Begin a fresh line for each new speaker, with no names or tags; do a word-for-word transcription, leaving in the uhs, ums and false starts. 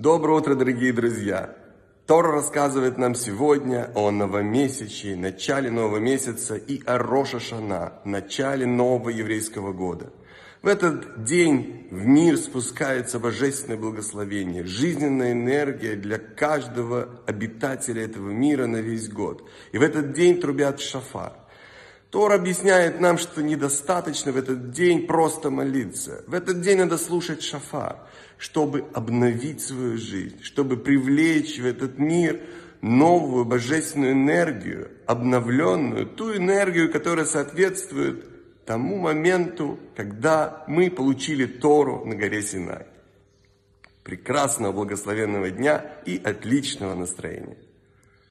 Доброе утро, дорогие друзья! Тора рассказывает нам сегодня о новомесячии, начале нового месяца и о Рош ха-Шана, начале нового еврейского года. В этот день в мир спускается божественное благословение, жизненная энергия для каждого обитателя этого мира на весь год. И в этот день трубят шафар. Тора объясняет нам, что недостаточно в этот день просто молиться. В этот день надо слушать шафар, чтобы обновить свою жизнь, чтобы привлечь в этот мир новую божественную энергию, обновленную, ту энергию, которая соответствует тому моменту, когда мы получили Тору на горе Синай. Прекрасного благословенного дня и отличного настроения!